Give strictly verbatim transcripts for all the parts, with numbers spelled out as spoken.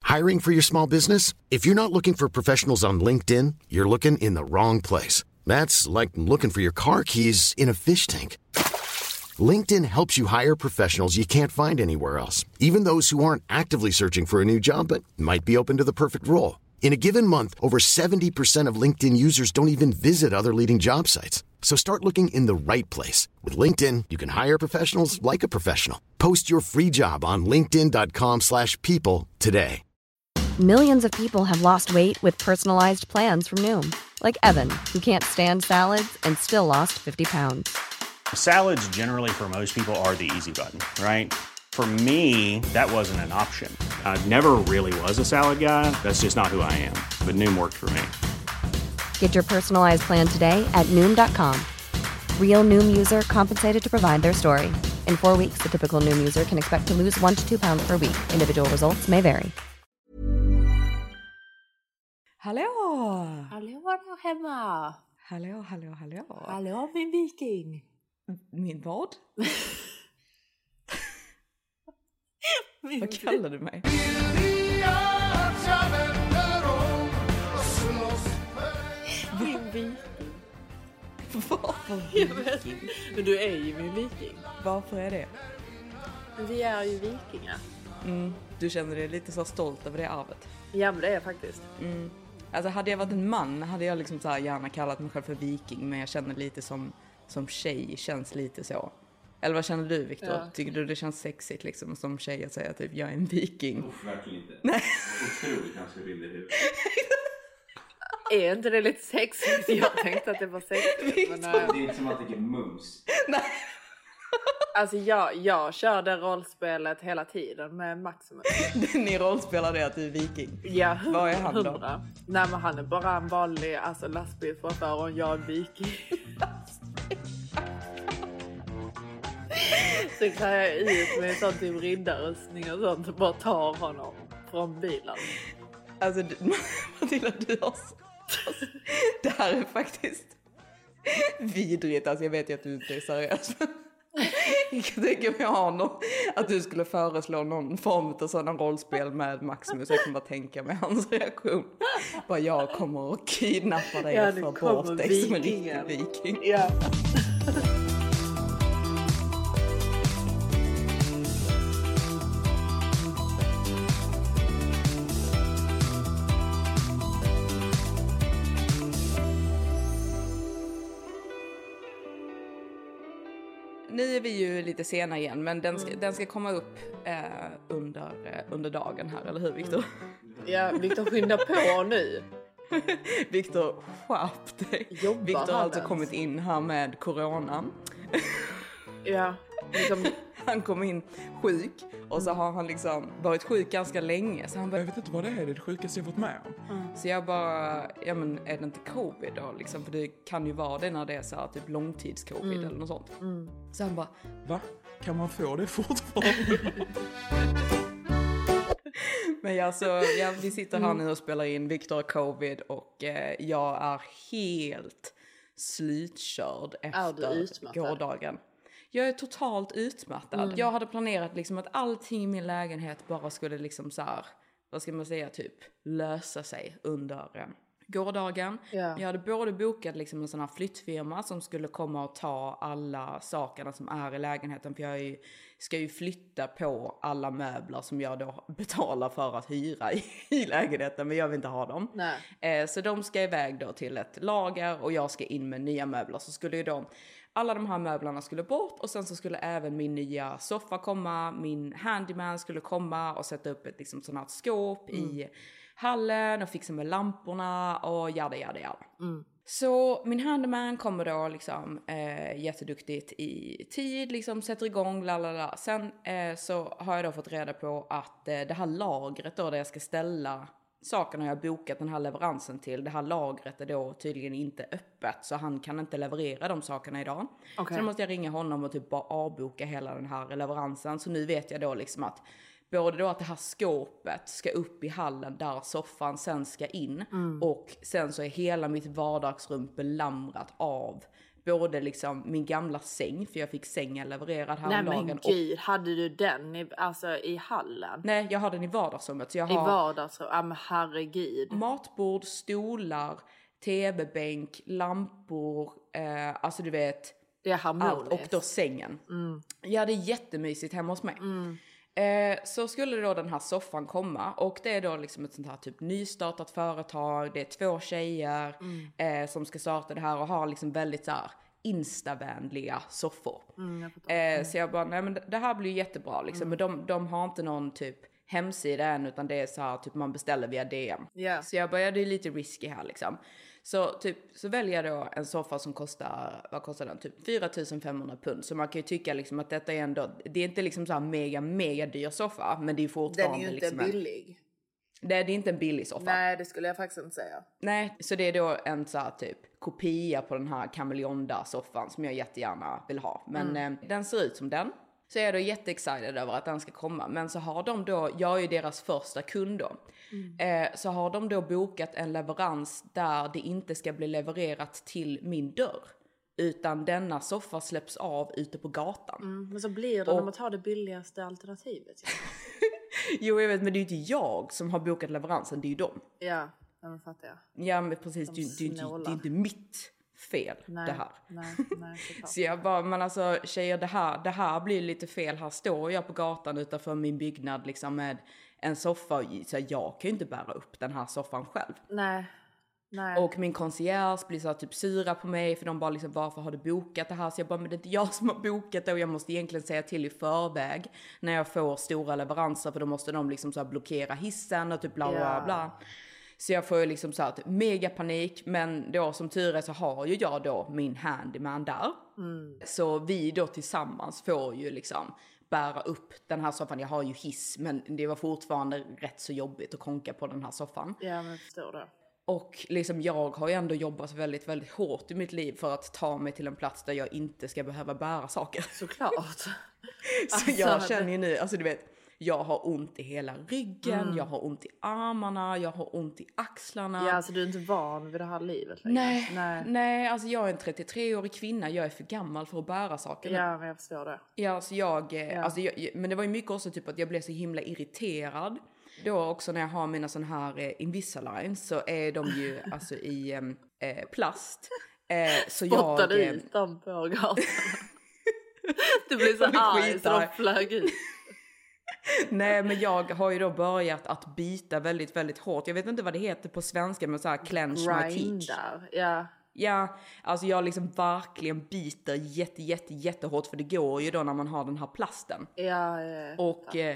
Hiring for your small business? If you're not looking for professionals on LinkedIn, you're looking in the wrong place. That's like looking for your car keys in a fish tank. LinkedIn helps you hire professionals you can't find anywhere else, even those who aren't actively searching for a new job but might be open to the perfect role. In a given month, over seventy percent of LinkedIn users don't even visit other leading job sites. So start looking in the right place. With LinkedIn, you can hire professionals like a professional. Post your free job on linkedin dot com slash people today. Millions of people have lost weight with personalized plans from Noom. Like Evan, who can't stand salads and still lost fifty pounds. Salads generally for most people are the easy button, right? For me, that wasn't an option. I never really was a salad guy. That's just not who I am. But Noom worked for me. Get your personalized plan today at Noom dot com. Real Noom user compensated to provide their story. In four weeks, the typical Noom user can expect to lose one to two pounds per week. Individual results may vary. Hallå! Hallå där hemma! Hallå, hallå, hallå! Hallå min viking! Min vad? Min Vad kallar du mig? Min viking. Varför Jag vet. Men du är ju min viking. Varför är det? Vi är ju vikingar. Mm, du känner dig lite så stolt över det arvet. Ja, men det är jag faktiskt. Mm. Alltså hade jag varit en man hade jag liksom så här gärna kallat mig själv för viking. Men jag känner lite som, som tjej, känns lite så. Eller vad känner du, Victor? Ja. Tycker du det känns sexigt liksom som tjej att säga typ jag är en viking? Uff, verkligen inte. Nej. Otroligt kanske vill det huvudet. Är inte det lite sexigt? Jag tänkte att det var sexigt. Men, det är inte som att det är mums. Nej. Alltså jag, jag körde rollspelet hela tiden med Maximus. Ni rollspelar det att du är viking? Ja, vad är han då? hundra. Nej, men han är bara en vanlig alltså, lastbilschaufför och jag är viking. Så kan jag ut med sånt typ riddarrustning och sånt och bara tar honom från bilen. Alltså Matilda, du har så... Alltså, det här är faktiskt vidrigt. Alltså jag vet ju att du inte är seriös. Jag kan tänka mig någon, att du skulle föreslå någon form av sådana rollspel med Maximus. Jag kan bara tänka mig hans reaktion. Bara jag kommer att kidnappa dig ja, och få bort dig som en riktig viking. Ja. Nu är vi ju lite sena igen, men den ska, mm. den ska komma upp eh, under, eh, under dagen här, eller hur Victor? Ja, Victor skyndar på nu. Victor, skärp dig. Jobbar Victor har alltså ens? kommit in här med corona. Ja, liksom... Han kom in sjuk och så har han liksom varit sjuk ganska länge. Så han bara, jag vet inte vad det är, det är det sjukaste jag fått med om. Mm. Så jag bara, ja men är det inte covid då liksom? För det kan ju vara det när det är så här, typ långtidscovid mm. eller något sånt. Mm. Så han bara, va? Kan man få det fortfarande? Men ja, så, ja, vi sitter här nu och spelar in Victor har covid och eh, jag är helt slutkörd efter gårdagen. Jag är totalt utmattad. Mm. Jag hade planerat liksom att allting i min lägenhet bara skulle liksom så här, vad ska man säga, typ lösa sig under eh, gårdagen. Yeah. Jag hade både bokat liksom en sån här flyttfirma som skulle komma och ta alla sakerna som är i lägenheten. För jag är ju, ska ju flytta på alla möbler som jag då betalar för att hyra i, i lägenheten. Men jag vill inte ha dem. Eh, så de ska iväg då till ett lager och jag ska in med nya möbler. Så skulle ju då alla de här möblerna skulle bort och sen så skulle även min nya soffa komma. Min handyman skulle komma och sätta upp ett liksom sånt här skåp mm. i hallen och fixa med lamporna och jada jada jada. Mm. Så min handyman kommer då liksom eh, jätteduktigt i tid, liksom sätter igång, lalala. Sen eh, så har jag då fått reda på att eh, det här lagret då där jag ska ställa sakerna jag bokat den här leveransen till, det här lagret är då tydligen inte öppet så han kan inte leverera de sakerna idag. Okay. Så då måste jag ringa honom och typ bara avboka hela den här leveransen. Så nu vet jag då liksom att både då att det här skåpet ska upp i hallen där soffan sen ska in mm. och sen så är hela mitt vardagsrum belamrat av både liksom min gamla säng, för jag fick sängen levererad häromdagen. Nej men gud, och, hade du den i, alltså, i hallen? Nej, jag har den i vardagsrummet. Så jag har I vardagsrummet? Ja men herregud. Matbord, stolar, tv-bänk, lampor, eh, alltså du vet. Det är harmoniskt. Allt, och då sängen. Mm. Ja, det är jättemysigt hemma hos mig. Mm. Eh, så skulle då den här soffan komma, och det är då liksom ett sånt här typ nystartat företag. Det är två tjejer mm. eh, som ska starta det här och har liksom väldigt så här instavänliga soffor. Mm, jag eh, så jag bara, nej men det här blir jättebra liksom. Mm. Men de, de har inte någon typ hemsida än, utan det är så här typ man beställer via D M. Yeah. Så jag bara, ja, det är lite risky här liksom. Så typ så väljer jag då en soffa som kostar, vad kostar den? Typ fyra tusen femhundra pund. Så man kan ju tycka liksom att detta är ändå, det är inte liksom så här mega mega dyr soffa, men det är fortfarande den är ju inte liksom billig. En, det, det är inte en billig soffa. Nej, det skulle jag faktiskt inte säga. Nej, så det är då en så här typ kopia på den här Kameleonda soffan som jag jättegärna vill ha. Men mm. eh, den ser ut som den. Så jag är då jätteexcited över att den ska komma. Men så har de då, jag är ju deras första kund då. Mm. Eh, så har de då bokat en leverans där det inte ska bli levererat till min dörr. Utan denna soffa släpps av ute på gatan. Mm, men så blir det och, när man tar det billigaste alternativet. Ja. Jo, jag vet, men det är ju inte jag som har bokat leveransen, det är ju dem. Ja, jag fattar jag. Ja, men precis, det, det, det, det är inte mitt fel nej, det här. Nej, nej, så jag bara, men alltså tjejer, det här, det här blir lite fel. Här står jag på gatan utanför min byggnad liksom med en soffa. Så jag kan ju inte bära upp den här soffan själv. Nej. Nej. Och min concierge blir så här typ sura på mig, för de bara liksom, varför har du bokat det här? Så jag bara, men det är inte jag som har bokat det, och jag måste egentligen säga till i förväg när jag får stora leveranser, för då måste de liksom så här blockera hissen och typ bla bla yeah. bla. Så jag får ju liksom så här typ mega panik, men då som tur är så har ju jag då min handyman där. Mm. Så vi då tillsammans får ju liksom bära upp den här soffan. Jag har ju hiss, men det var fortfarande rätt så jobbigt att konka på den här soffan. Ja, men jag förstår det. Och liksom jag har ju ändå jobbat väldigt, väldigt hårt i mitt liv för att ta mig till en plats där jag inte ska behöva bära saker. Såklart. Så alltså, jag känner ju nu, alltså du vet, jag har ont i hela ryggen, mm. jag har ont i armarna, jag har ont i axlarna. Ja, alltså du är inte van vid det här livet längre. Nej, nej, nej, alltså jag är en trettiotre-årig kvinna, jag är för gammal för att bära saker. Ja, men jag förstår det. Ja, alltså jag, ja. Alltså jag, men det var ju mycket också typ att jag blev så himla irriterad. Då också när jag har mina sån här eh, Invisalign, så är de ju alltså i eh, plast. Eh, så Spottade jag ut dem på gatan. Du blir så arg så de flög ut. Nej, men jag har ju då börjat att bita väldigt, väldigt hårt. Jag vet inte vad det heter på svenska, men så här clench my teeth. Ja. Ja, alltså jag liksom verkligen biter jätte, jätte, jättehårt, för det går ju då när man har den här plasten. Ja, ja. Och eh,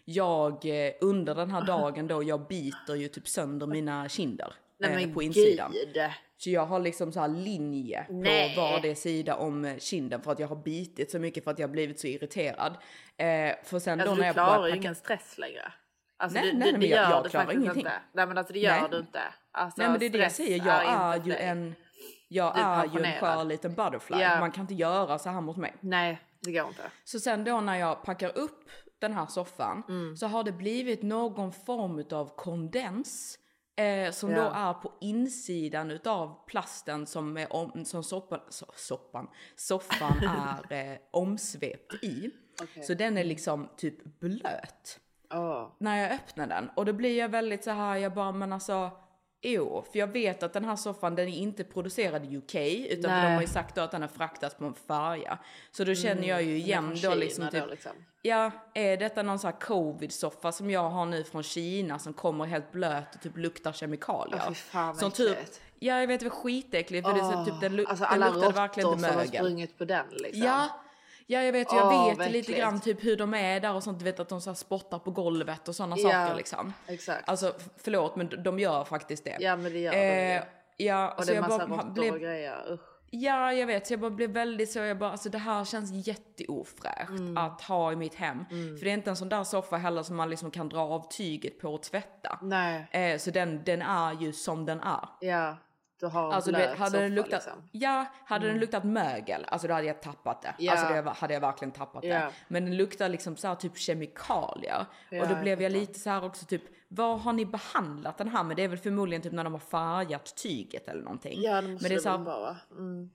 jag under den här dagen då, jag biter ju typ sönder mina kinder. Nej, eh, på insidan. Gud. Så jag har liksom så här linje Nej. på var det sida om kinden, för att jag har bitit så mycket, för att jag har blivit så irriterad. Eh, för sen alltså då när du jag klarar ju packa... ingen stress längre. Alltså nej, du, nej, du, men jag, gör jag det klarar faktiskt ingenting. Inte. Nej, men alltså det gör nej. du inte. Alltså, nej, men det är det jag säger. Jag är, är ju en, jag är ju en skör liten butterfly. Yeah. Man kan inte göra så här mot mig. Nej, det går inte. Så sen då när jag packar upp den här soffan, mm. så har det blivit någon form av kondens. Eh, som yeah. då är på insidan utav plasten som, är om, som soppan, so, soppan, soffan är eh, omsvept i. Okay. Så den är liksom typ blöt. Oh. När jag öppnar den. Och då blir jag väldigt så här, jag bara, men alltså, jo. För jag vet att den här soffan, den är inte producerad i U K. Utan för de har ju sagt då att den har fraktats på en färja. Så då känner jag ju igen då liksom typ. Då liksom. Ja, är detta någon sån här covid-soffa som jag har nu från Kina, som kommer helt blöt och typ luktar kemikalier. Åh, fy fan, som typ, ja, jag vet, det var skitäckligt. För oh, det, typ, den, alltså den luktade verkligen inte mögel. Alla råttor som har sprungit på den liksom. Ja, ja, jag vet, jag oh, vet verkligen. lite grann typ hur de är där och sånt. Du vet att de så här spottar på golvet och sådana ja, saker liksom. Exakt. Alltså, förlåt, men de gör faktiskt det. Ja, men det gör eh, de. Ja, och så det är jag massa bara, råttor blev, och grejer. Usch. Ja, jag vet. Så jag bara blev väldigt så, jag bara, alltså det här känns jätteofräscht mm. att ha i mitt hem. Mm. För det är inte en sån där soffa heller som man liksom kan dra av tyget på och tvätta. Nej. Eh, så den, den är ju som den är. Ja, du har en alltså, blöt du vet, hade soffa den luktat, liksom. Ja, hade mm. den luktat mögel, alltså då hade jag tappat det. Ja. Alltså det hade jag verkligen tappat ja. det. Men den luktar liksom så här typ kemikalier. Ja, och då blev jag, jag lite så här också typ, vad har ni behandlat den här med? Det är väl förmodligen typ när de har färgat tyget eller någonting. Ja, det måste men det är det så här, vara. Mm.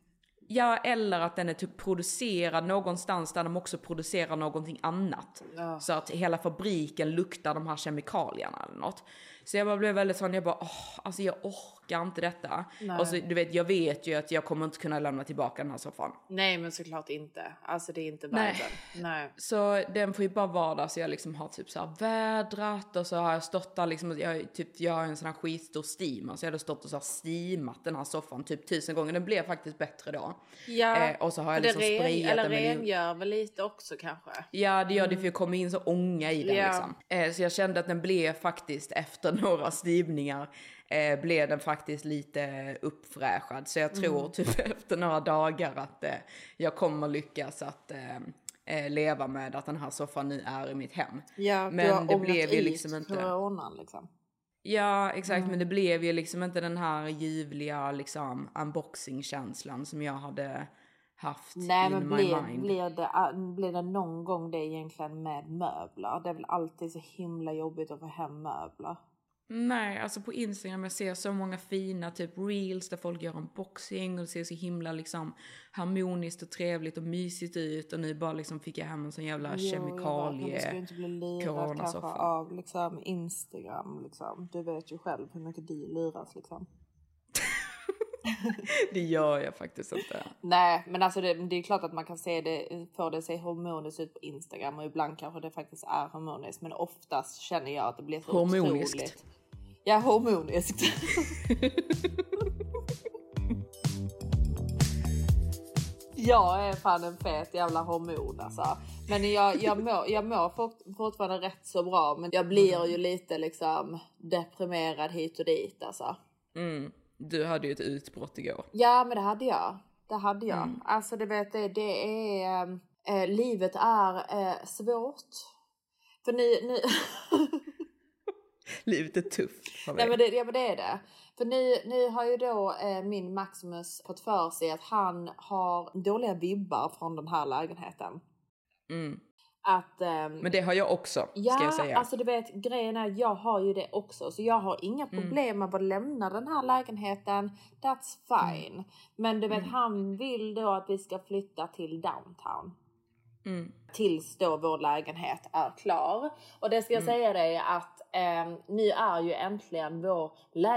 Ja, eller att den är typ producerad någonstans där de också producerar någonting annat. Ja. Så att hela fabriken luktar de här kemikalierna eller något. Så jag bara blev väldigt sån, jag bara, åh, alltså jag orkar inte detta. Nej. Och så, du vet, jag vet ju att jag kommer inte kunna lämna tillbaka den här soffan. Nej, men såklart inte. Alltså det är inte världen. Nej. Nej. Så den får ju bara vara där, så jag liksom har typ så här vädrat och så har jag stått där liksom, jag, typ, jag har en sån här skitstor steamer, så jag hade stått och så här steamat den här soffan typ tusen gånger. Den blev faktiskt bättre då. Ja, eh, och så har jag liksom ren, sprayat eller den. Eller rengör väl lite också kanske. Ja, det gör det, för jag kommer in så ånga i den ja. liksom. Eh, så jag kände att den blev faktiskt efter några stivningar eh, blev den faktiskt lite uppfräschad. Så jag tror mm. typ efter några dagar att eh, jag kommer lyckas att eh, leva med att den här soffan nu är i mitt hem. Ja, men det blev ju liksom inte coronan liksom. Ja, exakt, mm. men det blev ju liksom inte den här ljuvliga liksom unboxing-känslan som jag hade haft. Nej, in men my blir, mind. Blir, det, blir det någon gång det egentligen med möbler? Det är väl alltid så himla jobbigt att få hem möbler. Nej, alltså på Instagram jag ser så många fina typ reels där folk gör unboxing och det ser så himla liksom harmoniskt och trevligt och mysigt ut, och nu bara liksom fick jag hem en sån jävla jo, kemikalie. Du ska ju inte bli lurad kanske av liksom Instagram liksom. Du vet ju själv hur mycket du luras liksom. Det gör jag faktiskt inte. Nej, men alltså det, det är klart att man kan se det, får det se harmoniskt ut på Instagram, och ibland kanske det faktiskt är harmoniskt, men oftast känner jag att det blir så hormoniskt. Otroligt. Ja, hormoniskt. Jag är fan en fet jävla hormon alltså. Men jag, jag, mår, jag mår fort, fortfarande rätt så bra, men jag blir mm. ju lite liksom deprimerad hit och dit alltså. Mm. Du hade ju ett utbrott igår. Ja, men det hade jag. Det hade jag. Mm. Alltså det vet det, det är äh, livet är äh, svårt. För ni ni livet är tufft. Nej, men det, ja, men det är det. För nu, nu har ju då äh, min Maximus fått för sig att han har dåliga vibbar från den här lägenheten. Mm. Att, ähm, men det har jag också, ja, ska jag säga. Ja, alltså du vet, grejen är, jag har ju det också. Så jag har inga problem mm. med att lämna den här lägenheten. That's fine. Mm. Men du vet, mm. han vill då att vi ska flytta till downtown. Mm. Tills då vår lägenhet är klar. Och det ska jag mm. säga dig att ähm, nu är ju äntligen vår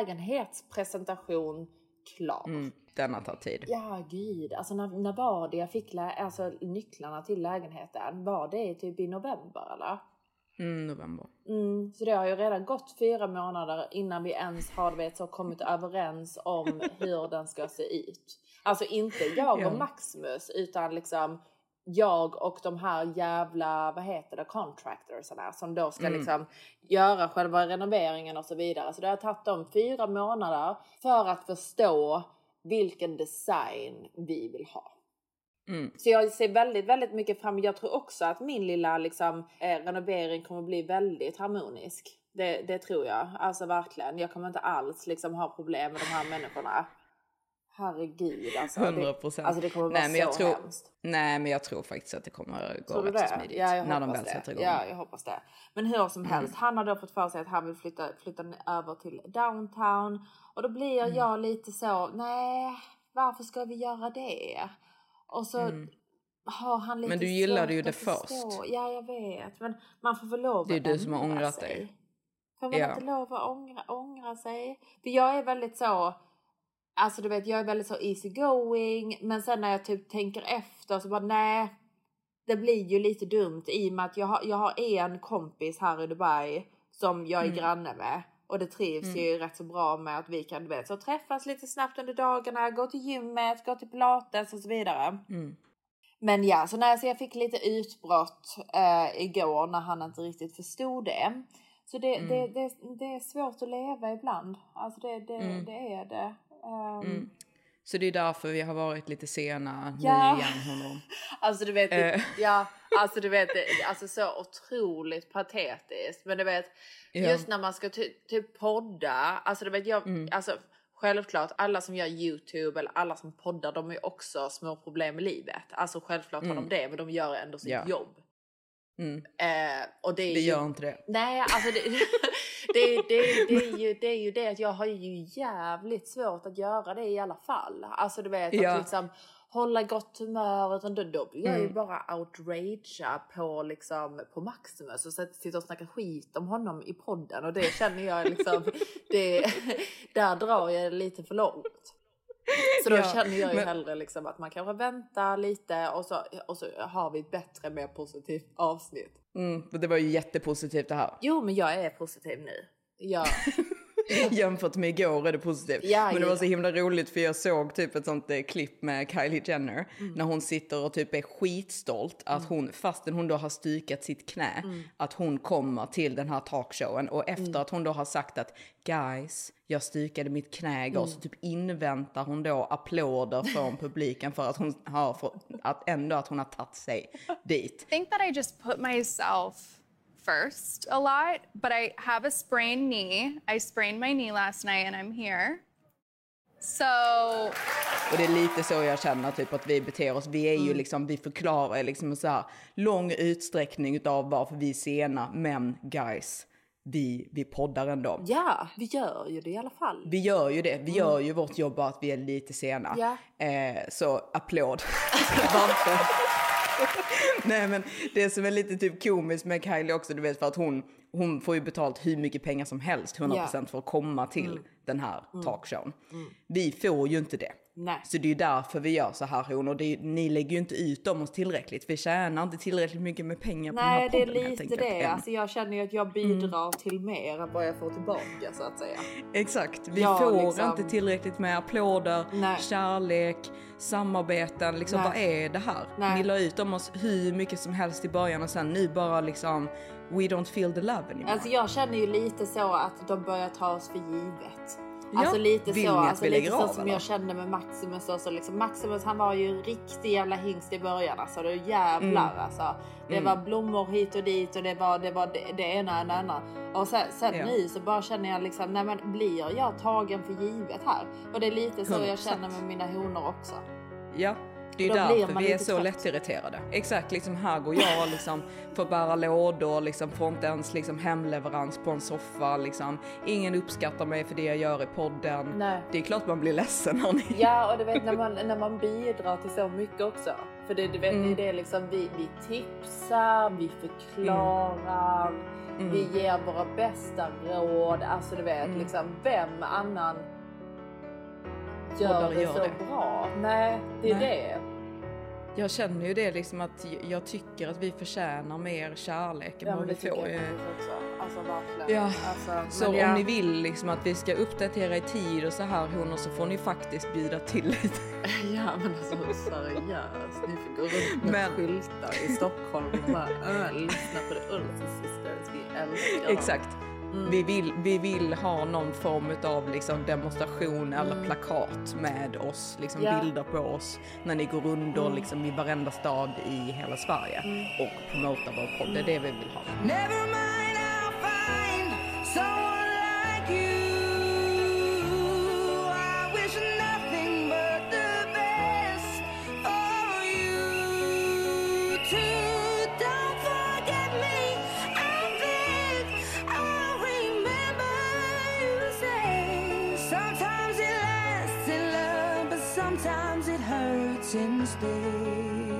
lägenhetspresentation klar. Mm. Denna tar tid. Ja, gud. Alltså när, när var det jag fick lä- alltså, nycklarna till lägenheten? Var det typ i november eller? Mm, november. Mm, så det har ju redan gått fyra månader innan vi ens har vet, så kommit överens om hur den ska se ut. Alltså inte jag och ja. Maximus, utan liksom jag och de här jävla, vad heter det, contractorsarna som då ska mm. liksom göra själva renoveringen och så vidare. Så det har tagit dem fyra månader för att förstå vilken design vi vill ha. Mm. Så jag ser väldigt, väldigt mycket fram. Jag tror också att min lilla liksom, eh, renovering kommer bli väldigt harmonisk. Det, det tror jag. Alltså verkligen. Jag kommer inte alls liksom, ha problem med de här människorna. Herregud. Alltså, hundra procent. Det, alltså det kommer vara nej, men jag så tror, hemskt. Nej, men jag tror faktiskt att det kommer gå tror rätt så smidigt. Ja, jag när de hoppas väl sätter igång. Ja, jag hoppas det. Men hur som helst. Mm. Han har då fått för sig att han vill flytta, flytta över till downtown. Och då blir mm. jag lite så, nej, varför ska vi göra det? Och så mm. har han lite. Men du gillade ju det först. Ja, jag vet. Men man får väl lov att det är du som har ångrat sig. dig. Får man ja. inte lov att ångra, ångra sig? För jag är väldigt så, alltså du vet, jag är väldigt så easy going. Men sen när jag typ tänker efter så bara, nej, det blir ju lite dumt i och med att jag har, jag har en kompis här i Dubai som jag är mm. granne med. Och det trivs mm. ju rätt så bra med att vi kan, du vet, så träffas lite snabbt under dagarna, gå till gymmet, gå till pilates och så vidare. Mm. Men ja, så när jag, så jag fick lite utbrott äh, igår när han inte riktigt förstod det. Så det, mm. det, det, det är svårt att leva ibland. Alltså det, det, mm. det är det. Um, mm. Så det är därför vi har varit lite sena ja. nu igen honom. Alltså du vet, det, ja, alltså du vet, det, alltså så otroligt patetiskt. Men du vet, ja. just när man ska typ ty- podda, alltså du vet, jag, mm. alltså självklart alla som gör YouTube eller alla som poddar, de har ju också små problem i livet. Alltså självklart har mm. de det, men de gör ändå sitt ja. jobb. Mm. Eh, och det är vi ju, gör inte det. Nej, alltså det, det, det, det, är ju, det är ju det att jag har ju jävligt svårt att göra det i alla fall. Alltså du vet, ja. att liksom hålla gott humör, utan då, då blir jag mm. ju bara outragea på, liksom, på Maximus och sitta och snacka skit om honom i podden, och det känner jag liksom, det, där drar jag lite för långt. Så då ja, känner jag ju men... hellre liksom att man kanske väntar lite och så, och så har vi ett bättre, mer positivt avsnitt. Mm, det var ju jättepositivt det här. Jo, men jag är positiv nu. Ja. Jämfört med igår är det positivt. Ja, men det var så himla roligt för jag såg typ ett sånt eh, klipp med Kylie Jenner mm. när hon sitter och typ är skitstolt att hon, fastän hon då har stykat sitt knä, mm. att hon kommer till den här talkshowen, och efter mm. att hon då har sagt att guys, jag stykade mitt knä igår, mm. så typ inväntar hon då applåder från publiken för att hon har för, att ändå att hon har tagit sig dit. I think that I just put myself first a lot, but I have a sprained knee. I sprained my knee last night and I'm here. So... Och det är lite så jag känner typ att vi beter oss. Vi är ju mm. liksom, vi förklarar liksom så här lång utsträckning av varför vi är sena, men guys, vi, vi poddar ändå. Ja, vi gör ju det i alla fall. Vi gör ju det. Vi mm. gör ju vårt jobb att vi är lite sena. Ja. Eh, så applåd. Varför? Nej, men det som är lite typ komiskt med Kylie också, du vet, för att hon, hon får ju betalt hur mycket pengar som helst, hundra procent yeah. för att komma till mm. den här mm. talkshowen. Mm. Vi får ju inte det. Nej. Så det är ju därför vi gör så här, hon, och det är, ni lägger ju inte ut om oss tillräckligt. Vi tjänar inte tillräckligt mycket med pengar på Nej, den här podden. Nej, det är lite det. Alltså, jag känner ju att jag bidrar mm. till mer än vad jag får tillbaka, så att säga. Exakt. Vi jag, får liksom... inte tillräckligt med applåder, Nej. kärlek, samarbeten. Liksom, vad är det här? Nej. Ni la ut om oss hur mycket som helst i början och sen nu bara liksom we don't feel the love anymore. Alltså jag känner ju lite så att de börjar ta oss för givet. Ja, alltså lite så, alltså lite så av, som eller? Jag kände med Maximus också, liksom. Maximus, han var ju riktig jävla hingst i början, alltså det jävlar mm. alltså. Det mm. var blommor hit och dit och det var det, var det, det ena och det andra. Och sen, sen ja. nu så bara känner jag liksom, nej men blir jag tagen för givet här? Och det är lite så jag känner med mina honor också. Ja. Det är ju därför vi är så lättirriterade. Exakt, liksom här går jag liksom får bära lådor, liksom får inte ens liksom hemleverans på en soffa. Liksom. Ingen uppskattar mig för det jag gör i podden. Nej. Det är klart man blir ledsen, hörni. Ja, och du vet när man, när man bidrar till så mycket också. För det, du vet, mm. det är liksom, vi, vi tipsar, vi förklarar, mm. vi ger våra bästa råd. Alltså du vet, mm. liksom, vem annan gör det gör så det. bra? Nej, det är Nej. det. Jag känner ju det liksom att jag tycker att vi förtjänar mer kärlek än ja, vad vi får. Jag också. Alltså verkligen. Ja. Alltså, så om jag... ni vill liksom att vi ska uppdatera i tid och så här honor, så får ni faktiskt bjuda till lite. Ja, men alltså seriöst. Ni får gå runt med men... skyltar i Stockholm och bara äh, lyssna på The Olsen Sisters. Vi älskar Exakt. Mm. Vi, vill, vi vill ha någon form av liksom demonstration eller mm. plakat med oss, liksom yeah. bilder på oss när ni går runt mm. liksom i varenda stad i hela Sverige mm. och promotar vår podd. Det är det vi vill ha. Never mind, I'll find someone like you. I wish nothing but the best for you too. Don't forget me. Sometimes it lasts in love, but sometimes it hurts instead.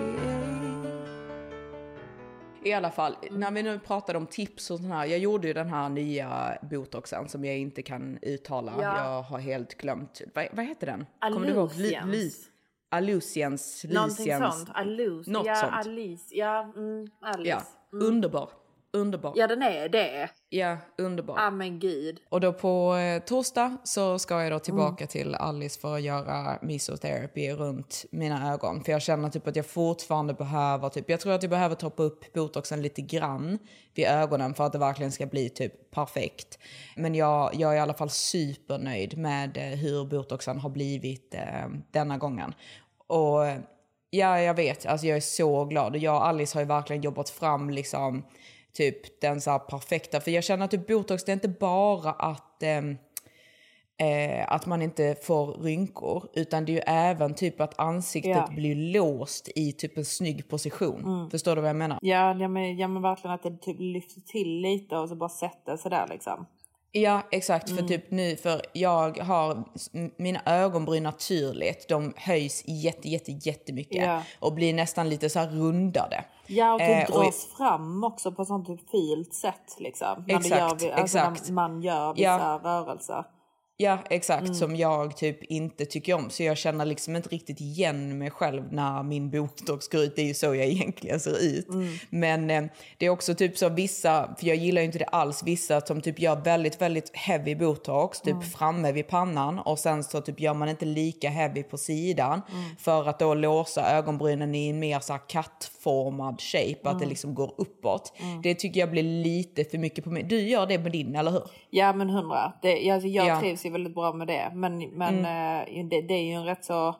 I alla fall, mm. när vi nu pratade om tips och sån här, jag gjorde ju den här nya botoxen som jag inte kan uttala. Ja. Jag har helt glömt. Vad, vad heter den? Kommer du ihåg? Alusians. Någonting sånt. Alus. Något ja, sånt. Alice. Ja, mm, Alice. Ja. Mm. Underbar. Underbar. Ja, den är det. Ja, underbar. Ja, men gud. Och då på eh, torsdag så ska jag då tillbaka mm. till Alice för att göra mesoterapi runt mina ögon. För jag känner typ att jag fortfarande behöver, typ, jag tror att jag behöver toppa upp botoxen lite grann vid ögonen för att det verkligen ska bli typ perfekt. Men jag, jag är i alla fall supernöjd med eh, hur botoxen har blivit eh, denna gången. Och ja, jag vet, alltså jag är så glad. Jag och Alice har ju verkligen jobbat fram liksom typ den så här perfekta. För jag känner att typ botox, det är inte bara att, eh, eh, att man inte får rynkor. Utan det är ju även typ att ansiktet yeah. blir låst i typ en snygg position. Mm. Förstår du vad jag menar? Ja, ja, men, ja men verkligen att det typ lyfter till lite och så bara sätter sig där liksom. Ja, exakt. Mm. För typ nu, för jag har mina ögonbryn naturligt, de höjs jätte, jätte, jättemycket ja. Och blir nästan lite så här rundade. Ja, och det eh, dras och, fram också på sånt typ filt sätt liksom. När exakt, gör, alltså exakt. När man gör vissa ja. rörelser. Ja, exakt. Mm. Som jag typ inte tycker om. Så jag känner liksom inte riktigt igen mig själv när min botox går ut. Det är ju så jag egentligen ser ut. Mm. Men eh, det är också typ så vissa, för jag gillar ju inte det alls, vissa som typ gör väldigt, väldigt heavy botox. Typ mm. framme vid pannan. Och sen så typ gör man inte lika heavy på sidan. Mm. För att då låsa ögonbrynen i en mer så här kattformad shape. Mm. Att det liksom går uppåt. Mm. Det tycker jag blir lite för mycket på mig. Du gör det med din, eller hur? Ja, men hundra. Det, alltså, jag ja. trivs väldigt bra med det, men, men mm. eh, det, det är ju en rätt så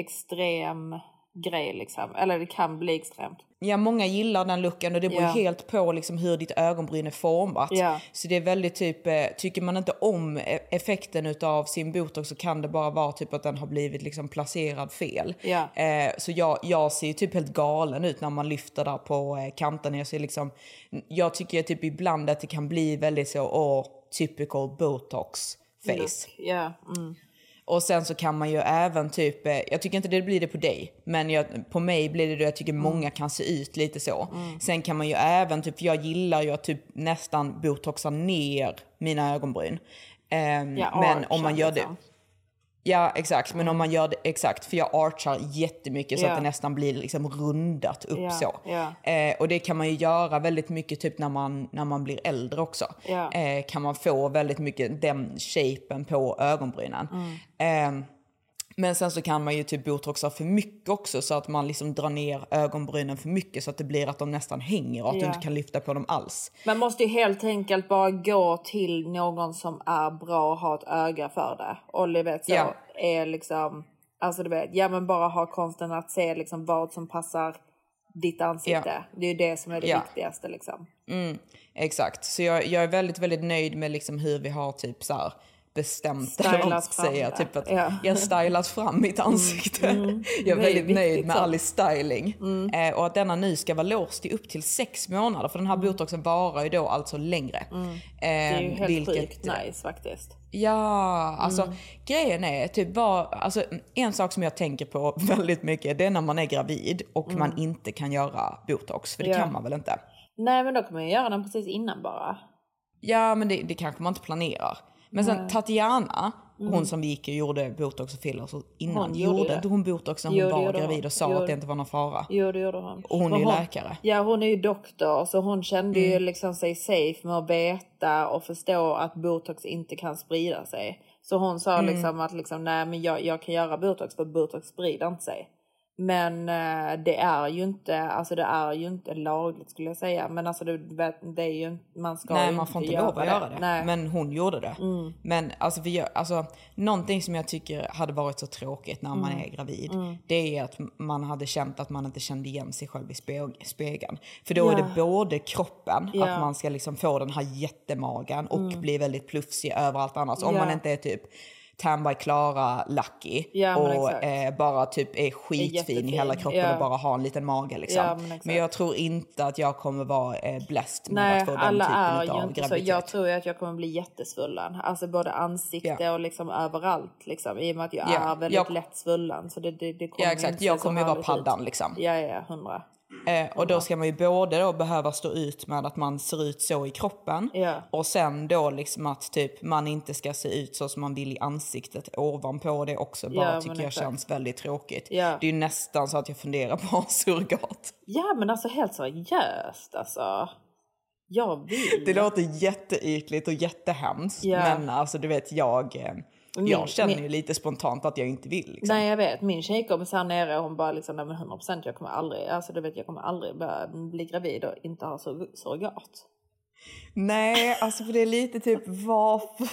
extrem grej liksom, eller det kan bli extremt. Ja, många gillar den looken och det beror yeah. helt på liksom hur ditt ögonbryn är format. Yeah. Så det är väldigt typ, eh, tycker man inte om effekten utav sin botox så kan det bara vara typ att den har blivit liksom placerad fel. Yeah. Eh, så jag, jag ser ju typ helt galen ut när man lyfter där på eh, kanten. Jag ser liksom, jag tycker typ ibland att det kan bli väldigt så, åh, typical botox face. Ja. Yeah. Mm. Och sen så kan man ju även typ, jag tycker inte det blir det på dig, men jag, på mig blir det det, jag tycker mm. många kan se ut lite så. Mm. Sen kan man ju även typ, jag gillar ju att typ nästan botoxa ner mina ögonbryn. Um, ja, men om man gör liksom. det... Ja, exakt. Men mm. om man gör det exakt, för jag archar jättemycket så yeah. att det nästan blir liksom rundat upp yeah. så. Yeah. Eh, och det kan man ju göra väldigt mycket typ när man, när man blir äldre också. Yeah. Eh, kan man få väldigt mycket den shapen på ögonbrynen. Mm. Eh, men sen så kan man ju typ botoxa för mycket också så att man liksom drar ner ögonbrynen för mycket så att det blir att de nästan hänger och att yeah. du inte kan lyfta på dem alls. Man måste ju helt enkelt bara gå till någon som är bra och har ett öga för det. Och du vet så yeah. är liksom, alltså du vet, ja men bara ha konsten att se liksom vad som passar ditt ansikte. Yeah. Det är ju det som är det yeah. viktigaste liksom. Mm, exakt. Så jag, jag är väldigt, väldigt nöjd med liksom hur vi har typ så här bestämt eller vad man ska säga, typ att ja. jag har stylat fram mitt ansikte. Mm, mm. Jag är väldigt viktigt, nöjd med all styling. Mm. Eh, och att denna nu ska vara låst i upp till sex månader. För den här mm. botoxen varar ju då alltså längre. Mm. Eh, det är ju helt vilket, sjukt nice faktiskt. Ja, alltså mm. grejen är typ var, alltså, en sak som jag tänker på väldigt mycket, det är när man är gravid och mm. man inte kan göra botox. För det ja. kan man väl inte? Nej, men då kan man ju göra den precis innan bara. Ja, men det, det kanske man inte planerar. Men sen Nej. Tatiana, mm. hon som gick och gjorde botox och filler så innan, hon gjorde inte hon botox när hon jo, var gravid och sa jo. att det inte var någon fara. Jo, det gjorde hon. Och hon är ju hon, läkare. Ja, hon är ju doktor, så hon kände mm. ju liksom sig safe med att veta och förstå att botox inte kan sprida sig. Så hon sa mm. liksom att liksom, nej men jag, jag kan göra botox för botox sprider inte sig. Men eh, det är ju inte, alltså det är ju inte lagligt skulle jag säga. Men alltså det, det är ju, man ska Nej, ju man får inte lov att göra det. Nej. Men hon gjorde det. Mm. Men alltså, vi gör, alltså någonting som jag tycker hade varit så tråkigt när man mm. är gravid. Mm. Det är att man hade känt att man inte kände igen sig själv i speg- spegeln. För då ja. är det både kroppen, ja. att man ska liksom få den här jättemagen och mm. bli väldigt plufsig över allt annat. Om ja. man inte är typ Tan by Klara Lucky ja, och eh, bara typ är skitfin i hela kroppen ja. och bara har en liten mage liksom. Ja, men, men jag tror inte att jag kommer vara eh, blessed med Nej, att få den alla typen är av ju inte graviditet. Så. Jag tror att jag kommer bli jättesvullen. Alltså både ansikte ja. och liksom överallt liksom. I och med att jag ja. är väldigt jag... lätt svullen. Så det, det, det kommer ja exakt, jag kommer ju vara paddan ut. liksom. Ja, ja, hundra. Eh, och då ska man ju både då behöva stå ut med att man ser ut så i kroppen yeah. och sen då liksom att typ man inte ska se ut så som man vill i ansiktet ovanpå det också bara yeah, tycker jag exakt. känns väldigt tråkigt. Yeah. Det är ju nästan så att jag funderar på surrogat. Ja men alltså helt seriöst alltså. Jag vill. Det låter jätteytligt och jättehemskt yeah. men alltså du vet jag... Eh, Min, jag känner min, ju lite spontant att jag inte vill liksom. Nej jag vet, min tjejkompis här nere hon bara liksom, nej men hundra procent jag kommer aldrig, alltså du vet jag kommer aldrig börja bli gravid och inte ha sur- surrogat. Nej, alltså för det är lite typ varför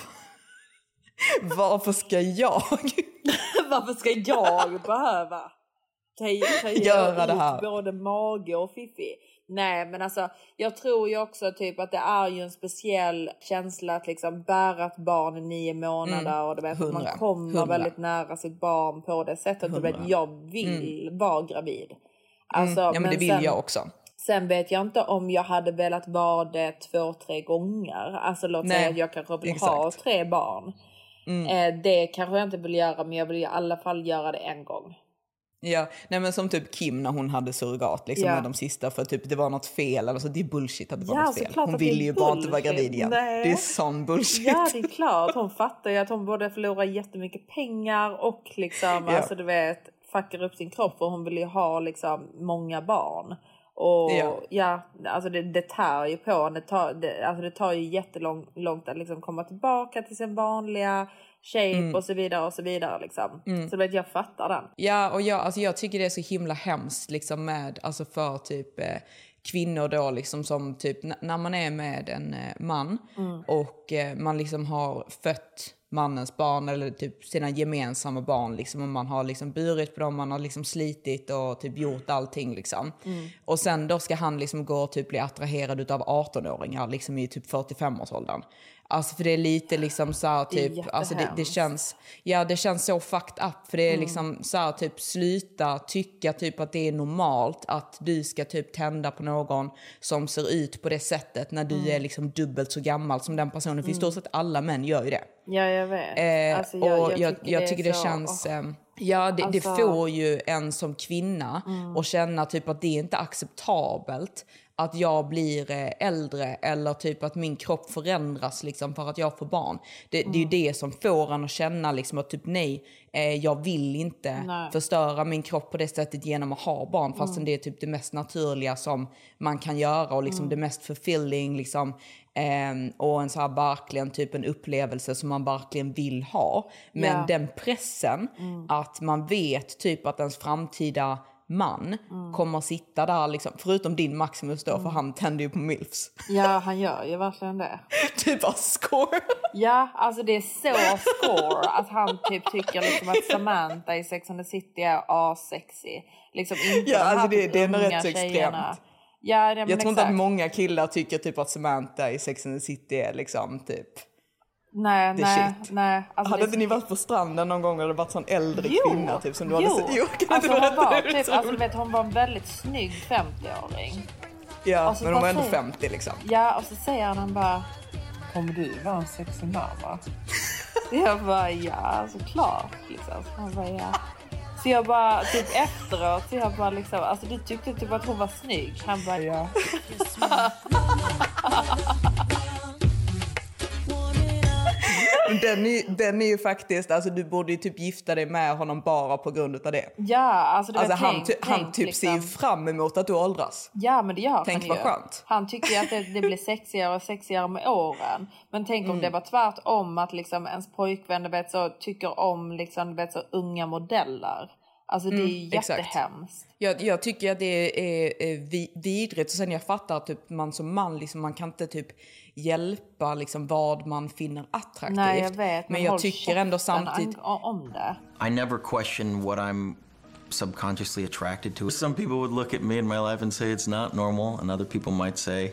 varför ska jag varför ska jag behöva ta, ta göra det här både mage och fiffi? Nej men alltså jag tror ju också typ att det är ju en speciell känsla att liksom bära ett barn i nio månader mm. och det vet, man kommer hundra. väldigt nära sitt barn på det sättet. Du vet, jag vill mm. vara gravid. Alltså, mm. Ja men, men det vill sen, jag också. Sen vet jag inte om jag hade velat vara det två, tre gånger. Alltså låt Nej, säga att jag kanske vill exakt. ha tre barn. Mm. Eh, det kanske jag inte vill göra, men jag vill i alla fall göra det en gång. Ja, nej men som typ Kim när hon hade surrogat liksom ja. med de sista för typ det var något fel. Alltså det är bullshit att det var ja, något fel. Hon ville ju bara inte vara gravid igen. Nej. Det är sån bullshit. Ja, det är klart. Hon fattar ju att hon borde förlora jättemycket pengar och liksom, ja. alltså du vet, fuckar upp sin kropp och hon vill ju ha liksom många barn. Och ja, ja alltså det, det tar ju på det tar, det, alltså det tar ju jättelångt att liksom komma tillbaka till sin vanliga shape mm. och så vidare och så vidare liksom. Mm. Så vet jag fattar den. Ja, och jag, alltså jag tycker det är så himla hemskt liksom med, alltså för typ eh, kvinnor då liksom som typ n- när man är med en eh, man mm. och eh, man liksom har fött mannens barn eller typ sina gemensamma barn liksom, och man har liksom burit på dem, man har liksom slitit och typ gjort allting liksom. Mm. Och sen då ska han liksom gå och typ bli attraherad utav arton-åringar liksom i typ fyrtiofem-årsåldern. Alltså för det är lite liksom så här, typ, det alltså det, det känns, ja det känns så fucked up för det är mm. liksom så här, typ sluta tycka typ att det är normalt att du ska typ tända på någon som ser ut på det sättet när du mm. är liksom dubbelt så gammal som den personen, för i stort sett alla män gör ju det. Ja, jag vet. Eh, alltså, jag, jag, jag, jag tycker, jag det, tycker det känns... Oh. Ja, det, alltså... det får ju en som kvinna mm. och känna typ att det är inte acceptabelt att jag blir äldre eller typ att min kropp förändras liksom för att jag får barn. Det, mm. det är ju det som får en att känna liksom att typ nej, eh, jag vill inte nej. förstöra min kropp på det sättet genom att ha barn, fastän mm. det är typ det mest naturliga som man kan göra och liksom mm. det mest fulfilling liksom. Um, och en så här verkligen typ en upplevelse som man verkligen vill ha. Men yeah. den pressen mm. att man vet typ att ens framtida man mm. kommer sitta där liksom, förutom din Maximus då, mm. för han tänder ju på milfs. Ja, han gör ju verkligen det. Typ av score. Ja, alltså det är så score att han typ tycker liksom att Samantha i Sex and the City är asexy. Liksom inte ja, alltså det, det är rätt så extremt. Ja, jag tror exakt. inte att många killar tycker typ att Samantha i Sex and the City är liksom typ nej, nej, shit. nej. Alltså hade det... inte ni varit på stranden någon gång eller varit sån äldre jo, kvinna typ som du jo. hade sett? Jo, kan alltså, du hon var typ, alltså du vet, hon var en väldigt snygg femtio-åring. Ja, men hon var ändå säger... femtio liksom. Ja, och så säger han bara, kommer du vara en sexig mamma? Jag bara, ja, såklart liksom. Han bara, ja. Så jag bara, typ efteråt, så jag bara liksom, alltså du tyckte typ att hon var snygg. Han bara, ja. Den är, den är ju faktiskt, alltså du borde ju typ gifta dig med honom bara på grund av det. Ja, alltså det var alltså, tänkt, han, ty, tänkt, han typ liksom. ser ju fram emot att du åldras. Ja, men det gör tänk han vad ju. Skönt. Han tycker ju att det, det blir sexigare och sexigare med åren. Men tänk om mm. det var tvärtom, att liksom ens pojkvän vet, så, tycker om liksom, vet, så unga modeller. Alltså det är ju mm, jättehemskt. Jag, jag tycker att det är, är, är vidrigt. Och sen jag fattar att typ, man som man liksom, man kan inte typ hjälpa liksom, vad man finner attraktivt. Nej, jag vet, men jag tycker ändå samtidigt om det. I never question what I'm subconsciously attracted to. Some people would look at me in my life and say it's not normal, and other people might say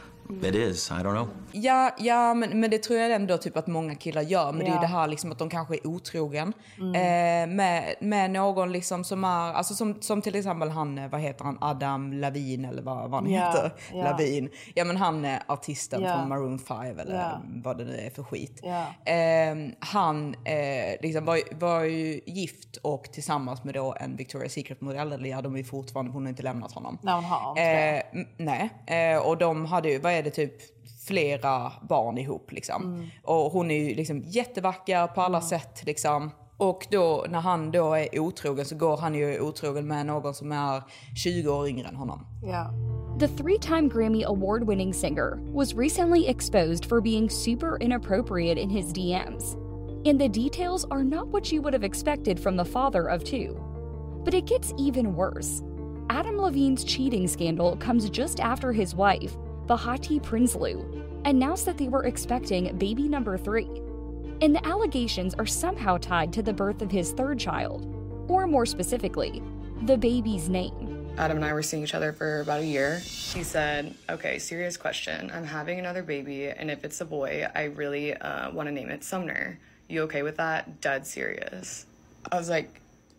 it is, I don't know. Ja, ja men, men det tror jag ändå typ att många killar gör. Men ja. det är ju det här liksom att de kanske är otrogen mm. eh, med, med någon liksom som är, alltså som, som till exempel han, vad heter han, Adam Levine eller vad, vad han ja. heter, ja. Levine. Ja men han är artisten ja. från Maroon five eller ja. vad det nu är för skit. Ja. Eh, han eh, liksom var, var ju gift och tillsammans med då en Victoria's Secret-modell, eller ja, de är fortfarande, hon har inte lämnat honom. Nej, hon har inte eh, Nej, eh, och de hade ju, vad är det typ flera barn ihop liksom. Mm. Och hon är ju liksom jättevacker på alla mm. sätt liksom. Och då när han då är otrogen så går han ju otrogen med någon som är tjugo år yngre än honom. Ja. The three-time Grammy award-winning singer was recently exposed for being super inappropriate in his D Ms. And the details are not what you would have expected from the father of two. But it gets even worse. Adam Levine's cheating scandal comes just after his wife, Bahati Prinsloo, announced that they were expecting baby number three. And the allegations are somehow tied to the birth of his third child, or more specifically, the baby's name. Adam and I were seeing each other for about a year. He said, okay, serious question. I'm having another baby, and if it's a boy, I really uh, want to name it Sumner. You okay with that? Dead serious. I was like,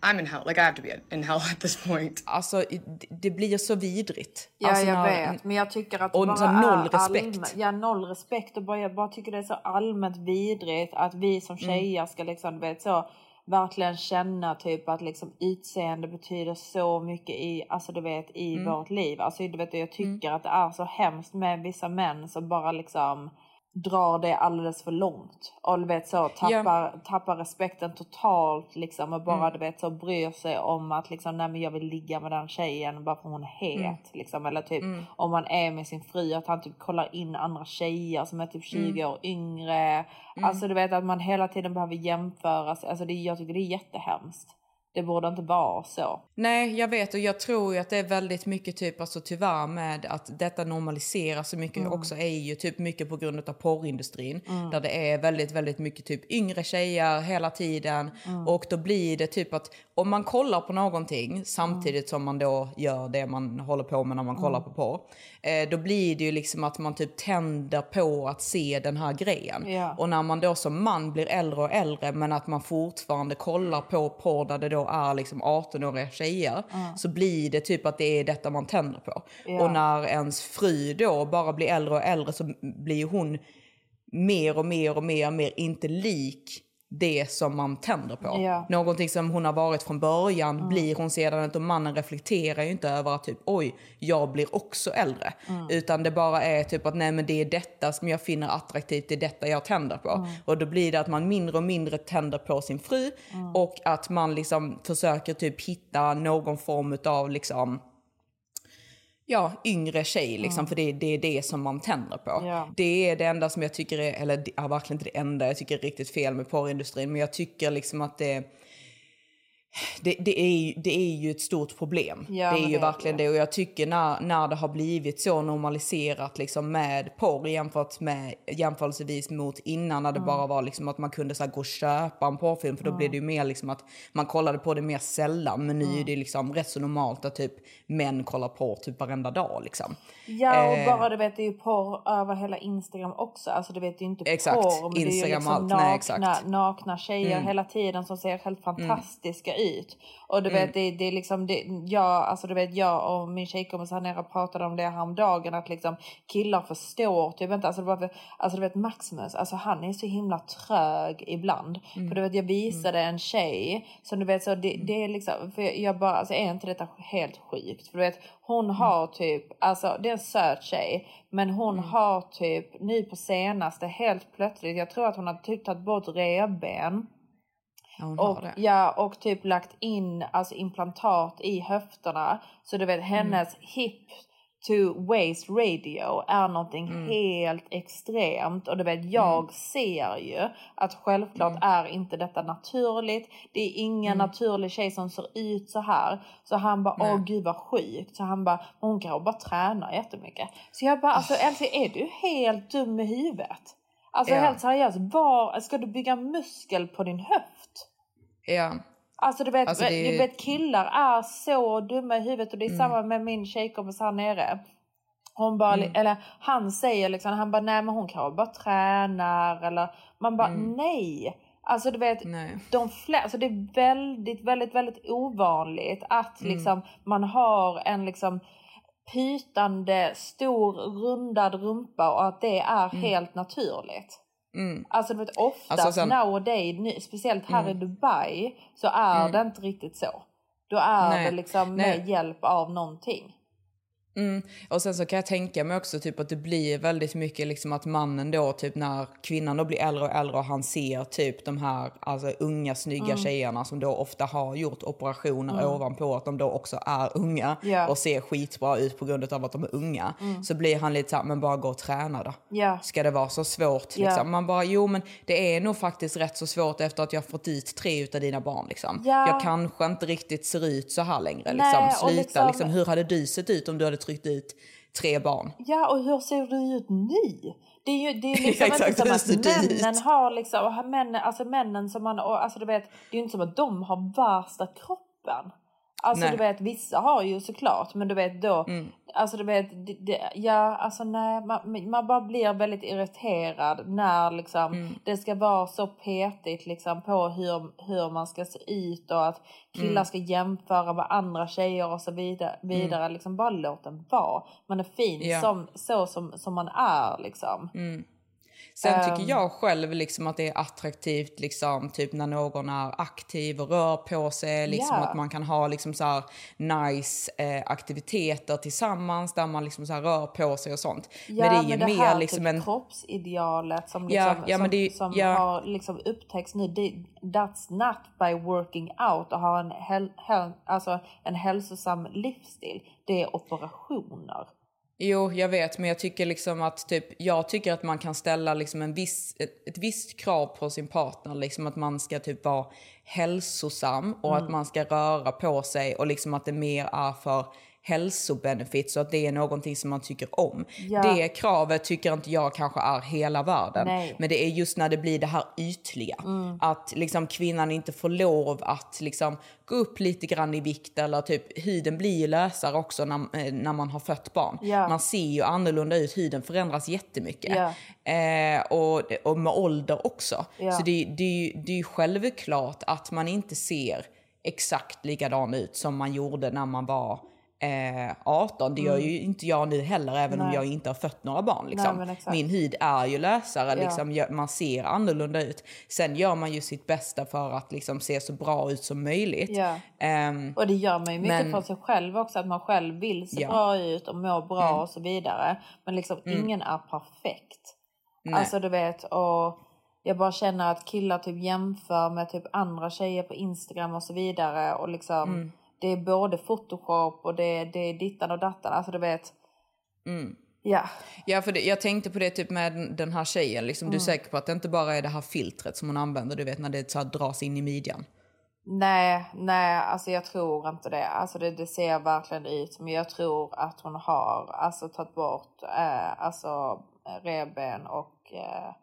I'm in hell. Like I have to be in hell at this point. Alltså det blir så vidrigt. Ja, alltså, jag när, vet. Men jag tycker att och bara så noll respekt. Allmän, ja, noll respekt. Och bara, jag bara tycker det är så allmänt vidrigt att vi som tjejer mm. ska liksom, vet så... verkligen känna typ att liksom utseende betyder så mycket i, alltså du vet, i mm. vårt liv. Alltså du vet, jag tycker mm. att det är så hemskt med vissa män som bara liksom drar det alldeles för långt. Och du vet så tappar, yeah. tappar respekten totalt liksom. Och bara mm. du vet så bryr sig om att liksom, nej men jag vill ligga med den tjejen bara för hon är het mm. liksom. Eller typ mm. om man är med sin fru att han typ kollar in andra tjejer som är typ tjugo mm. år yngre. Mm. Alltså du vet att man hela tiden behöver jämföra sig. Alltså det, jag tycker det är jättehemskt. Det borde inte vara så. Nej, jag vet och jag tror ju att det är väldigt mycket typ, alltså tyvärr med att detta normaliseras så mycket mm. också är ju typ mycket på grund av porrindustrin. Mm. Där det är väldigt, väldigt mycket typ yngre tjejer hela tiden. Mm. Och då blir det typ att om man kollar på någonting samtidigt mm. som man då gör det man håller på med när man kollar mm. på porr. Eh, då blir det ju liksom att man typ tänder på att se den här grejen. Yeah. Och när man då som man blir äldre och äldre men att man fortfarande kollar på porr där det då är liksom arton-åriga tjejer mm. så blir det typ att det är detta man tänder på. Yeah. Och när ens fru då bara blir äldre och äldre så blir hon mer och mer och mer och mer inte lik det som man tänder på. Yeah. Någonting som hon har varit från början mm. blir hon sedan inte, och mannen reflekterar ju inte över att typ oj, jag blir också äldre. Mm. Utan det bara är typ att nej men det är detta som jag finner attraktivt, det är detta jag tänder på. Mm. Och då blir det att man mindre och mindre tänder på sin fru mm. och att man liksom försöker typ hitta någon form av liksom ja, yngre tjej liksom, mm. för det, det är det som man tänder på. Ja. Det är det enda som jag tycker är, eller det är verkligen inte det enda jag tycker är riktigt fel med porrindustrin, men jag tycker liksom att det Det, det, är, det är ju ett stort problem. Ja, det är ju det verkligen är det. det. Och jag tycker när, när det har blivit så normaliserat liksom med porr jämfört med, jämförelsevis mot innan när det mm. bara var liksom att man kunde så här, gå och köpa en porrfilm. För då mm. blev det ju mer liksom att man kollade på det mer sällan. Men nu mm. är det liksom rätt så normalt att typ män kollar på typ varenda dag liksom. Ja, och eh, bara du vet, det är ju porr över hela Instagram också. Alltså du vet, det är inte exakt, porr, men Instagram, det är ju liksom allt. nakna, Nej, exakt. nakna tjejer Mm. hela tiden som ser helt fantastiska mm. ut. Och du Mm. vet, det, det är liksom, det, jag, alltså du vet, jag och min tjejkompis här nere pratade om det här om dagen att liksom killar förstår typ inte, alltså, bara, alltså du vet Maximus, alltså han är så himla trög ibland. Mm. För du vet, jag visade mm. en tjej som du vet, så det, det är liksom, för jag, jag bara, alltså är inte detta helt sjukt? För du vet, hon mm. har typ, alltså det är en söt tjej, men hon mm. har typ nu på senaste helt plötsligt, jag tror att hon har typ tagit bort revben. Ja, och, ja, och typ lagt in alltså implantat i höfterna. Så du vet, hennes mm. hip to waist radio är någonting mm. helt extremt. Och du vet, jag mm. ser ju att självklart mm. är inte detta naturligt. Det är ingen mm. naturlig tjej som ser ut så här. Så han bara, åh gud vad sjukt. Så han bara, hon kan bara träna jättemycket. Så jag bara, alltså Elsie, är du helt dum i huvudet? Alltså ja. helt seriöst, var ska du bygga muskel på din höft? Ja. Alltså du vet, alltså, det... du vet killar är så dumma i huvudet. Och det är mm. samma med min tjejkompis här nere. Hon bara, mm. eller han säger liksom, han bara, nej men hon kan bara tränar. Eller man bara, mm. nej. Alltså du vet, nej. de flesta, alltså det är väldigt, väldigt, väldigt ovanligt att mm. liksom man har en liksom pytande, stor, rundad rumpa och att det är mm. helt naturligt. Mm. Alltså du vet, oftast alltså, sen... nowadays, speciellt här mm. i Dubai, så är mm. det inte riktigt så. Då är Nej. det liksom med Nej. hjälp av någonting. Mm. Och sen så kan jag tänka mig också typ att det blir väldigt mycket liksom att mannen då typ när kvinnan då blir äldre och äldre och han ser typ de här alltså unga snygga mm. tjejerna som då ofta har gjort operationer mm. ovanpå att de då också är unga yeah. och ser skitbra ut på grund av att de är unga mm. så blir han lite så här, men bara gå och träna då. Yeah. Ska det vara så svårt liksom? Yeah. Man bara, jo men det är nog faktiskt rätt så svårt efter att jag fått dit tre utav dina barn liksom. Yeah. Jag kanske inte riktigt ser ut så här längre Nej, liksom. Sluta liksom... liksom, hur hade du sett ut om du hade tryckt ut tre barn? Ja, och hur ser du ut nu? Det är ju det är liksom Exakt, inte som att männen ut. har liksom, och männen, alltså männen som man, och, alltså du vet, det är ju inte som att de har värsta kroppen. Alltså Nej. du vet, vissa har ju såklart, men du vet då, mm. alltså du vet, det, det, ja alltså nej, man, man bara blir väldigt irriterad när liksom mm. det ska vara så petigt liksom på hur, hur man ska se ut och att killar mm. ska jämföra med andra tjejer och så vidare, vidare. Mm. Liksom bara låt den vara. Man är fin yeah. som, så som, som man är liksom. Mm. Sen tycker jag själv liksom att det är attraktivt liksom, typ när någon är aktiv och rör på sig. Liksom, yeah. Att man kan ha liksom, så här, nice eh, aktiviteter tillsammans där man liksom, så här, rör på sig och sånt. Ja, men det är ju men det mer här liksom typ en... kroppsidealet som, liksom, ja, ja, som, det, som ja. har liksom upptäckts nu. Det, that's not by working out och ha en, hel, hel, alltså en hälsosam livsstil. Det är operationer. Jo, jag vet, men jag tycker liksom att typ, jag tycker att man kan ställa liksom en viss, ett, ett visst krav på sin partner, liksom att man ska typ vara hälsosam och mm. att man ska röra på sig och liksom att det mer är för hälsobenefit, så att det är någonting som man tycker om. Ja. Det kravet tycker inte jag kanske är hela världen. Nej. Men det är just när det blir det här ytliga. Mm. Att liksom kvinnan inte får lov att liksom gå upp lite grann i vikt, eller typ huden blir ju lösare också när, när man har fött barn. Ja. Man ser ju annorlunda ut, huden förändras jättemycket. Ja. Eh, och, och med ålder också. Ja. Så det, det, det är ju självklart att man inte ser exakt likadan ut som man gjorde när man var Eh, arton. Det gör ju mm. inte jag nu heller, även Nej. om jag inte har fött några barn liksom. Nej, min hud är ju lösare, ja. liksom, man ser annorlunda ut. Sen gör man ju sitt bästa för att liksom, se så bra ut som möjligt. Ja. um, och det gör man ju mycket men, för sig själv också, att man själv vill se ja. bra ut och må bra mm. och så vidare. Men liksom mm. ingen är perfekt. Nej. Alltså du vet, och jag bara känner att killar typ jämför med typ andra tjejer på Instagram och så vidare, och liksom mm. det är både Photoshop och det, det är dittan och dattan. Alltså du vet. Mm. Ja. Ja, för det, jag tänkte på det typ med den här tjejen. Liksom, mm. Du är säker på att det inte bara är det här filtret som hon använder. Du vet när det så här, dras in i midjan. Nej, nej. Alltså jag tror inte det. Alltså det, det ser verkligen ut. Men jag tror att hon har alltså tagit bort eh, alltså reben och... Eh,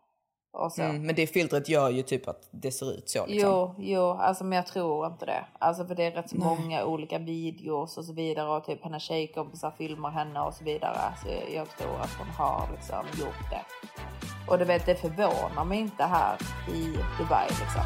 Mm, men det filtret gör ju typ att det ser ut så liksom. Jo, jo, alltså men jag tror inte det. Alltså för det är rätt många olika videos och så vidare, och typ hennes tjejkompisar filmar henne och så vidare. Så jag, jag tror att hon har liksom gjort det. Och du vet, det förvånar mig inte här i Dubai liksom.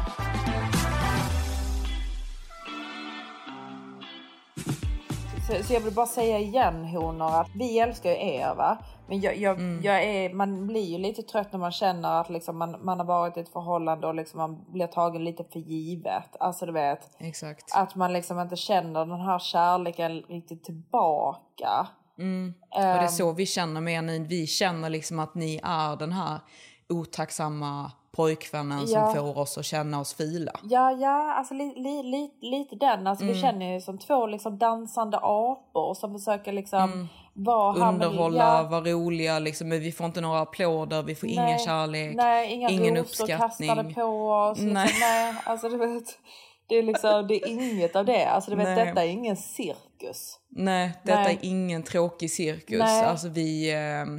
Så, så jag vill bara säga igen, honor, att vi älskar ju er, va? Men jag, jag, mm. jag är, man blir ju lite trött när man känner att liksom man, man har varit i ett förhållande och liksom man blir tagen lite för givet. Alltså du vet. Exakt. Att man liksom inte känner den här kärleken riktigt tillbaka. Mm. Um, och det är så vi känner med ni. Vi känner liksom att ni är den här otacksamma pojkvännen ja. som får oss att känna oss fila. Ja, ja, alltså li, li, li, lite den. Alltså mm. vi känner ju som två liksom dansande apor som försöker liksom mm. vara underhålla, ja. vara roliga liksom, men vi får inte några applåder, vi får nej, ingen kärlek, nej, inga ingen uppskattning. Kastade på oss. Liksom. Nej. nej, alltså du vet, det är liksom, det är inget av det. Alltså du vet, nej. Detta är ingen cirkus. Nej, detta nej. är ingen tråkig cirkus. Nej. Alltså vi... Eh,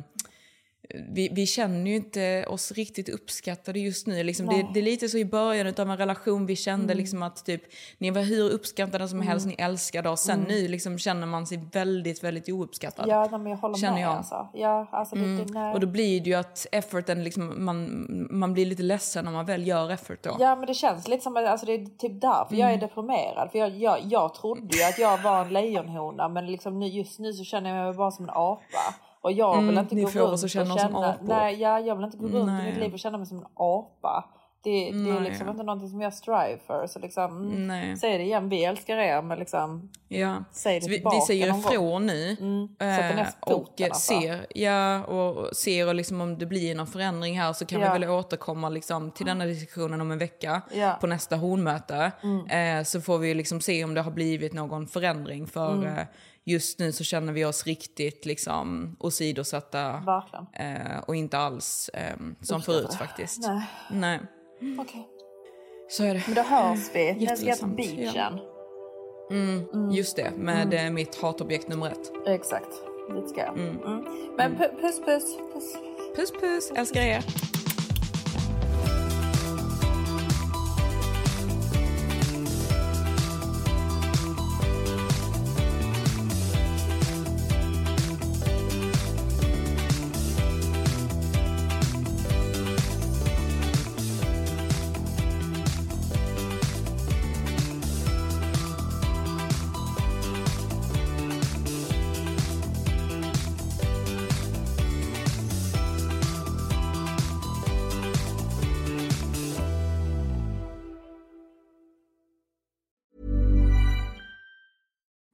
Vi, vi känner ju inte oss riktigt uppskattade just nu. Liksom det, det är lite så i början av en relation. Vi kände mm. liksom att typ, ni var hur uppskattade som mm. helst, ni älskade oss. Sen mm. nu liksom känner man sig väldigt, väldigt ouppskattad. Ja, men jag håller känner med. Jag. Alltså. Ja, alltså mm. lite, nej. Och då blir det ju att efforten, liksom, man, man blir lite ledsen när man väl gör effort då. Ja, men det känns lite som att alltså, det är typ därför mm. jag är deprimerad. För jag, jag, jag trodde ju att jag var en lejonhona. Men liksom nu, just nu så känner jag mig bara som en apa. Och jag vill mm, inte gå runt och känna, känna nej, ja, jag vill inte gå runt nej. i mitt liv och känna mig som en apa. Det, det är liksom inte någonting som jag strive för. Så liksom, mm, säg det igen, vi älskar er, men liksom, ja. säg det vi, tillbaka. Vi säger ifrån nu. Mm, äh, och ser, ja, och ser och liksom om det blir någon förändring här, så kan ja. vi väl återkomma liksom till denna diskussionen om en vecka ja. på nästa hornmöte. Mm. Äh, så får vi liksom se om det har blivit någon förändring. För mm. äh, just nu så känner vi oss riktigt liksom åsidosatta. Eh, och inte alls eh, som förut faktiskt. Nej. Nej. Mm. Okej. Okay. Så är det. Men då hörs vi. Jag ska till beachen. Ja. Mm, mm. Just det, med mm. mitt hatobjekt nummer ett. Exakt, dit ska jag. Mm. Mm. Men mm. puss, puss, puss. Puss, puss. Älskar er.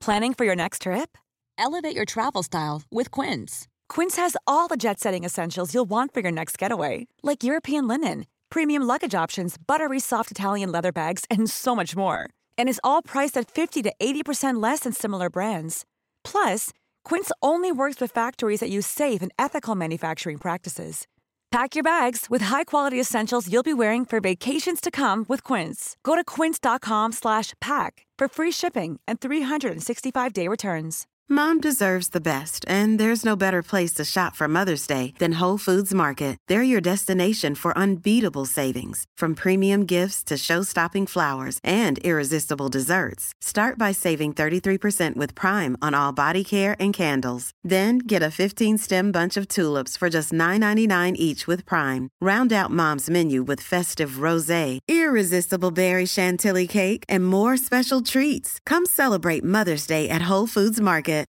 Planning for your next trip? Elevate your travel style with Quince. Quince has all the jet-setting essentials you'll want for your next getaway, like European linen, premium luggage options, buttery soft Italian leather bags, and so much more. And is all priced at fifty to eighty percent less than similar brands. Plus, Quince only works with factories that use safe and ethical manufacturing practices. Pack your bags with high-quality essentials you'll be wearing for vacations to come with Quince. Go to quince.com slash pack for free shipping and three sixty-five day returns. Mom deserves the best, and there's no better place to shop for Mother's Day than Whole Foods Market. They're your destination for unbeatable savings, from premium gifts to show-stopping flowers and irresistible desserts. Start by saving thirty-three percent with Prime on all body care and candles. Then get a fifteen-stem bunch of tulips for just nine ninety-nine each with Prime. Round out Mom's menu with festive rosé, irresistible berry chantilly cake, and more special treats. Come celebrate Mother's Day at Whole Foods Market.